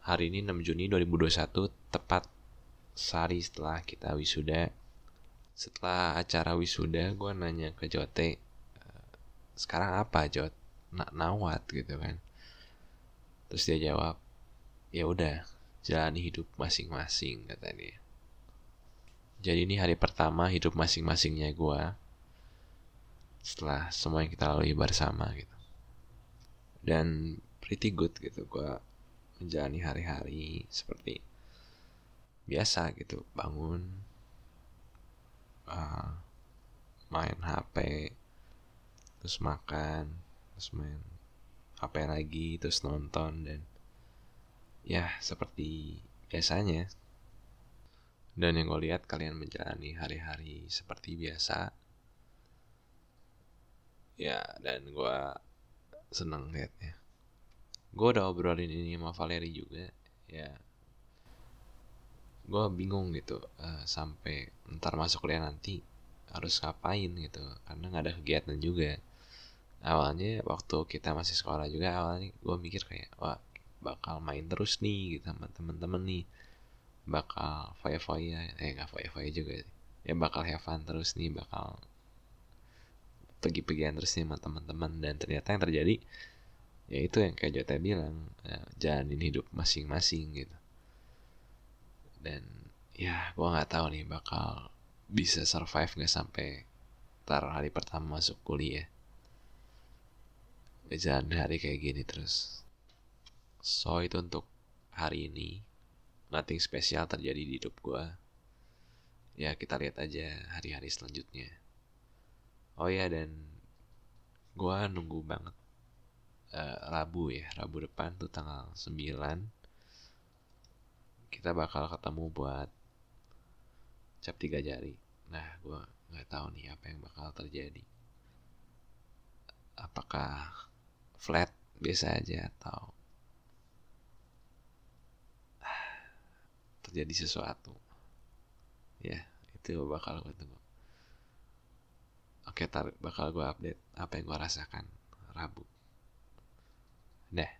Hari ini 6 Juni 2021, tepat sehari setelah kita wisuda. Setelah acara wisuda, gue nanya ke Jote, sekarang apa Jot? Nawat gitu kan. Terus dia jawab, ya udah, jalani hidup masing-masing, kata dia. Jadi ini hari pertama hidup masing-masingnya gue setelah semua yang kita lalui bersama gitu. Dan pretty good gitu, gue menjalani hari-hari seperti biasa gitu, bangun, main HP, terus makan, terus main HP lagi, terus nonton, dan ya seperti biasanya. Dan yang gue lihat kalian menjalani hari-hari seperti biasa, ya, dan gue seneng liatnya. Gue udah obrolin ini sama Valeri juga, ya. Gue bingung gitu, sampai ntar masuk kuliah nanti harus ngapain gitu, karena nggak ada kegiatan juga. Awalnya waktu kita masih sekolah juga, awalnya gue mikir kayak, wah, bakal main terus nih gitu sama temen-temen nih, bakal foya-foya, nggak foya-foya juga sih, ya bakal have fun terus nih, bakal pergi-pergian terus nih sama teman-teman. Dan ternyata yang terjadi ya itu yang kayak Jota bilang, jalanin hidup masing-masing gitu. Dan ya gue nggak tahu nih bakal bisa survive nggak sampai tar hari pertama masuk kuliah, jalan hari kayak gini terus. So itu untuk hari ini, nothing spesial terjadi di hidup gue. Ya kita lihat aja hari-hari selanjutnya. Oh ya, dan gue nunggu banget Rabu depan tuh tanggal 9 kita bakal ketemu buat cap 3 jari. Nah, gue nggak tahu nih apa yang bakal terjadi. Apakah flat biasa aja atau terjadi sesuatu. Ya, itu bakal gue tunggu. Oke, bakal gue update apa yang gue rasakan Rabu. Dah.